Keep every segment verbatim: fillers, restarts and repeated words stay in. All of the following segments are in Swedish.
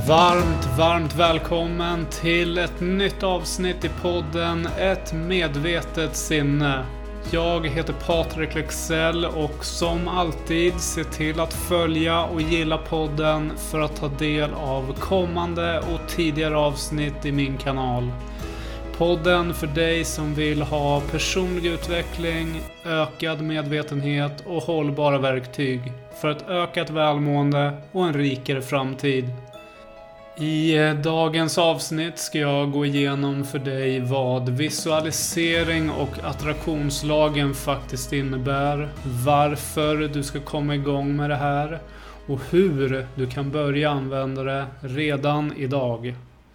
Varmt, varmt välkommen till ett nytt avsnitt i podden Ett medvetet sinne. Jag heter Patrik Lexell och som alltid se till att följa och gilla podden för att ta del av kommande och tidigare avsnitt i min kanal. Podden för dig som vill ha personlig utveckling, ökad medvetenhet och hållbara verktyg för ett ökat välmående och en rikare framtid. I dagens avsnitt ska jag gå igenom för dig vad visualisering och attraktionslagen faktiskt innebär, varför du ska komma igång med det här och hur du kan börja använda det redan idag.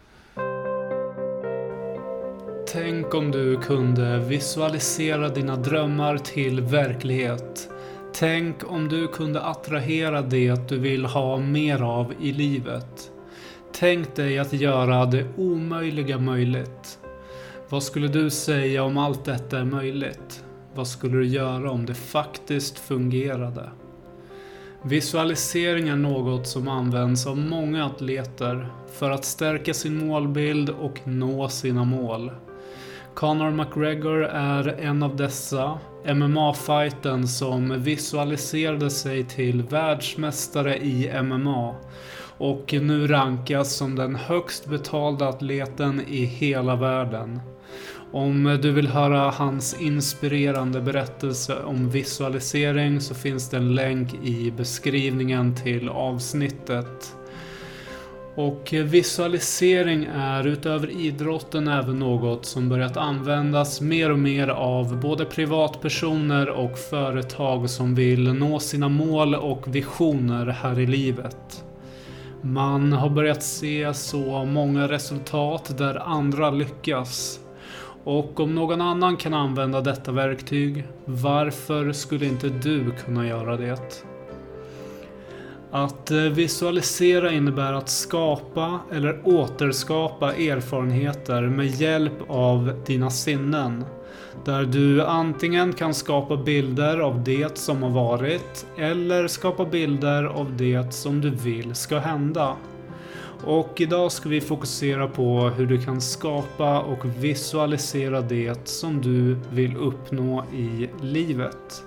Tänk om du kunde visualisera dina drömmar till verklighet. Tänk om du kunde attrahera det du vill ha mer av i livet. Tänk dig att göra det omöjliga möjligt. Vad skulle du säga om allt detta är möjligt? Vad skulle du göra om det faktiskt fungerade? Visualisering är något som används av många atleter för att stärka sin målbild och nå sina mål. Conor McGregor är en av dessa, M M A-fighten som visualiserade sig till världsmästare i M M A och nu rankas som den högst betalda atleten i hela världen. Om du vill höra hans inspirerande berättelse om visualisering så finns det en länk i beskrivningen till avsnittet. Och visualisering är utöver idrotten även något som börjat användas mer och mer av både privatpersoner och företag som vill nå sina mål och visioner här i livet. Man har börjat se så många resultat där andra lyckas. Och om någon annan kan använda detta verktyg, varför skulle inte du kunna göra det? Att visualisera innebär att skapa eller återskapa erfarenheter med hjälp av dina sinnen. Där du antingen kan skapa bilder av det som har varit eller skapa bilder av det som du vill ska hända. Och idag ska vi fokusera på hur du kan skapa och visualisera det som du vill uppnå i livet.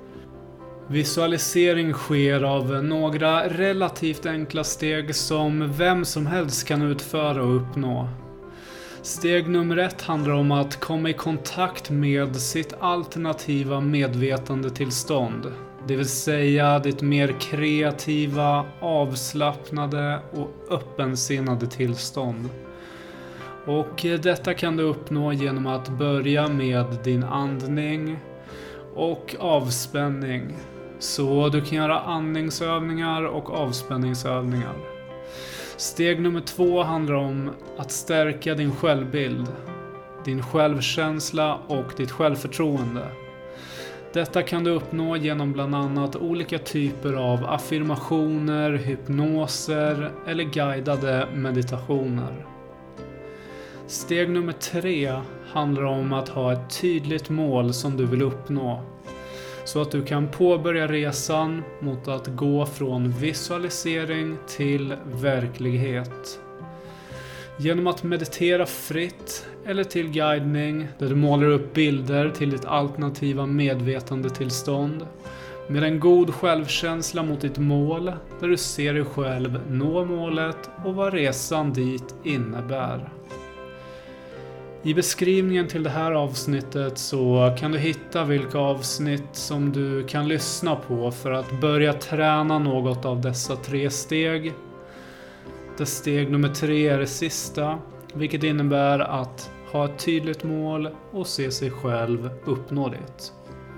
Visualisering sker av några relativt enkla steg som vem som helst kan utföra och uppnå. Steg nummer ett handlar om att komma i kontakt med sitt alternativa medvetandetillstånd. Det vill säga ditt mer kreativa, avslappnade och öppensinnade tillstånd. Och detta kan du uppnå genom att börja med din andning och avspänning. Så du kan göra andningsövningar och avspänningsövningar. Steg nummer två handlar om att stärka din självbild, din självkänsla och ditt självförtroende. Detta kan du uppnå genom bland annat olika typer av affirmationer, hypnoser eller guidade meditationer. Steg nummer tre handlar om att ha ett tydligt mål som du vill uppnå. Så att du kan påbörja resan mot att gå från visualisering till verklighet. Genom att meditera fritt eller till guidning där du målar upp bilder till ditt alternativa medvetandetillstånd. Med en god självkänsla mot ditt mål där du ser dig själv nå målet och vad resan dit innebär. I beskrivningen till det här avsnittet så kan du hitta vilka avsnitt som du kan lyssna på för att börja träna något av dessa tre steg. Där steg nummer tre är det sista, vilket innebär att ha ett tydligt mål och se sig själv uppnå det.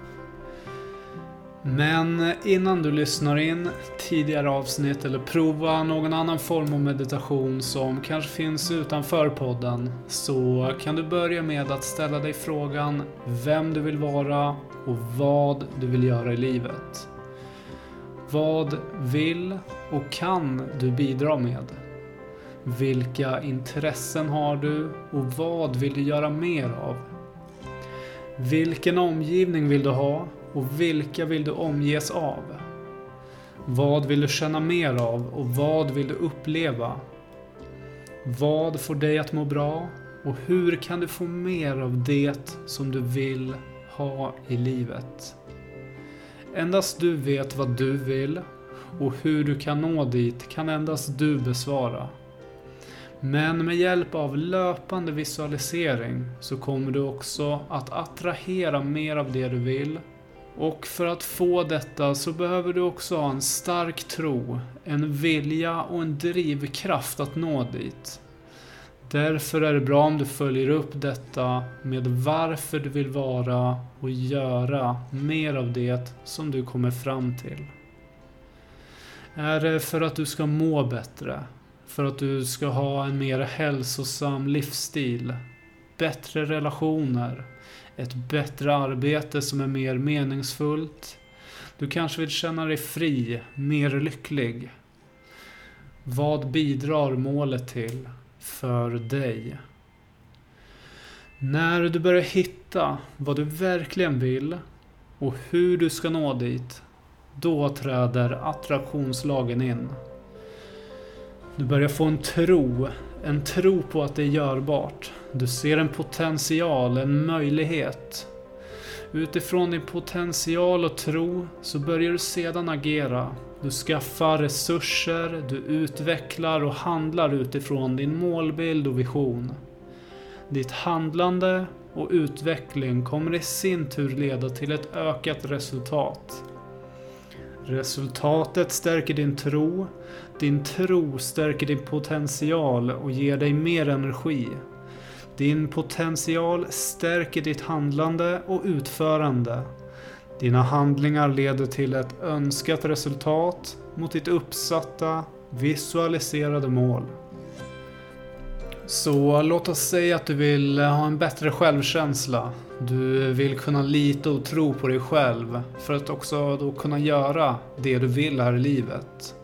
Men innan du lyssnar in tidigare avsnitt eller prova någon annan form av meditation som kanske finns utanför podden så kan du börja med att ställa dig frågan vem du vill vara och vad du vill göra i livet. Vad vill och kan du bidra med? Vilka intressen har du och vad vill du göra mer av? Vilken omgivning vill du ha och vilka vill du omges av? Vad vill du känna mer av och vad vill du uppleva? Vad får dig att må bra? Och hur kan du få mer av det som du vill ha i livet? Endast du vet vad du vill, och hur du kan nå dit kan endast du besvara. Men med hjälp av löpande visualisering så kommer du också att attrahera mer av det du vill. Och för att få detta så behöver du också ha en stark tro, en vilja och en drivkraft att nå dit. Därför är det bra om du följer upp detta med varför du vill vara och göra mer av det som du kommer fram till. Är det för att du ska må bättre? För att du ska ha en mer hälsosam livsstil? Bättre relationer? Ett bättre arbete som är mer meningsfullt? Du kanske vill känna dig fri, mer lycklig? Vad bidrar målet till för dig? När du börjar hitta vad du verkligen vill och hur du ska nå dit, då träder attraktionslagen in. Du börjar få en tro, en tro på att det är görbart. Du ser en potential, en möjlighet. Utifrån din potential och tro så börjar du sedan agera. Du skaffar resurser, du utvecklar och handlar utifrån din målbild och vision. Ditt handlande och utveckling kommer i sin tur leda till ett ökat resultat. Resultatet stärker din tro, din tro stärker din potential och ger dig mer energi. Din potential stärker ditt handlande och utförande. Dina handlingar leder till ett önskat resultat mot ditt uppsatta, visualiserade mål. Så låt oss säga att du vill ha en bättre självkänsla. Du vill kunna lita och tro på dig själv för att också då kunna göra det du vill här i livet.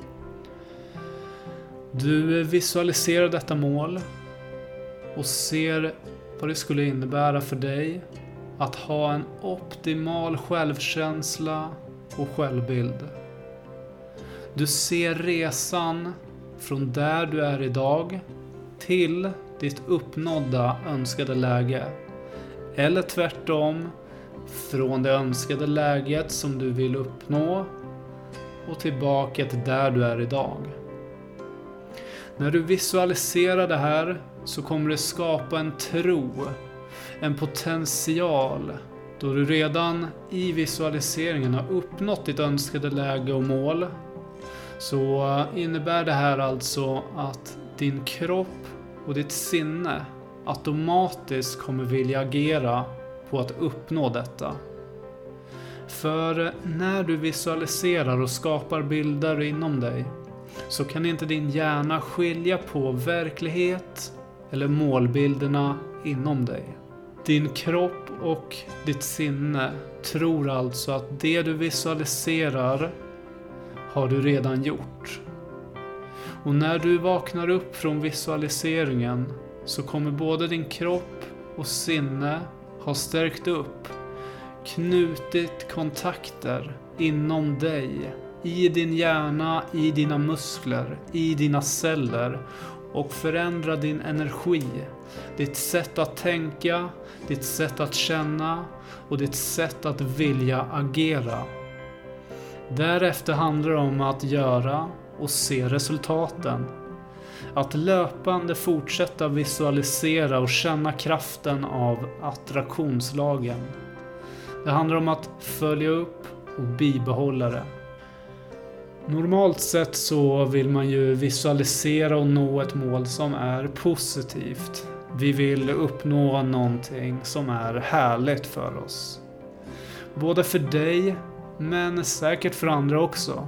Du visualiserar detta mål och ser vad det skulle innebära för dig att ha en optimal självkänsla och självbild. Du ser resan från där du är idag till ditt uppnådda önskade läge. Eller tvärtom, från det önskade läget som du vill uppnå och tillbaka till där du är idag. När du visualiserar det här så kommer det skapa en tro, en potential, då du redan i visualiseringen har uppnått ditt önskade läge och mål. Så innebär det här alltså att din kropp och ditt sinne automatiskt kommer vilja agera på att uppnå detta. För när du visualiserar och skapar bilder inom dig så kan inte din hjärna skilja på verklighet eller målbilderna inom dig. Din kropp och ditt sinne tror alltså att det du visualiserar har du redan gjort. Och när du vaknar upp från visualiseringen så kommer både din kropp och sinne ha stärkt upp, knutit kontakter inom dig, i din hjärna, i dina muskler, i dina celler och förändra din energi, ditt sätt att tänka, ditt sätt att känna och ditt sätt att vilja agera. Därefter handlar det om att göra och se resultaten. Att löpande fortsätta visualisera och känna kraften av attraktionslagen. Det handlar om att följa upp och bibehålla det. Normalt sett så vill man ju visualisera och nå ett mål som är positivt. Vi vill uppnå någonting som är härligt för oss. Både för dig, men säkert för andra också.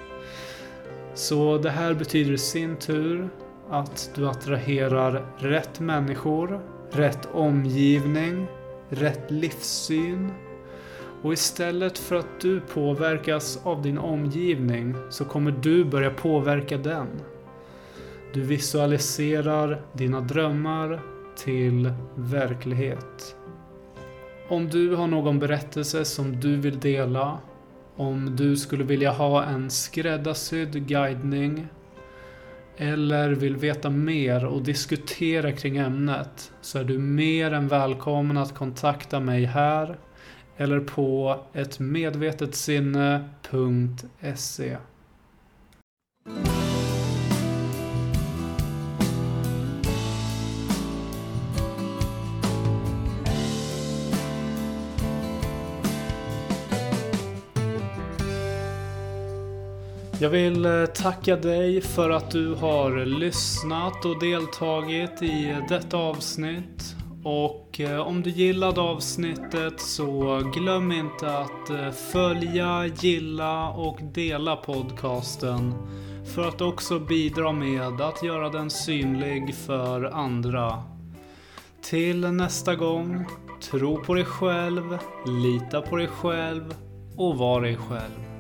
Så det här betyder i sin tur att du attraherar rätt människor, rätt omgivning, rätt livssyn. Och istället för att du påverkas av din omgivning så kommer du börja påverka den. Du visualiserar dina drömmar till verklighet. Om du har någon berättelse som du vill dela, om du skulle vilja ha en skräddarsydd guidning eller vill veta mer och diskutera kring ämnet, så är du mer än välkommen att kontakta mig här eller på ett medvetetsinne punkt se. Jag vill tacka dig för att du har lyssnat och deltagit i detta avsnitt. Och om du gillade avsnittet så glöm inte att följa, gilla och dela podcasten för att också bidra med att göra den synlig för andra. Till nästa gång, tro på dig själv, lita på dig själv och var dig själv.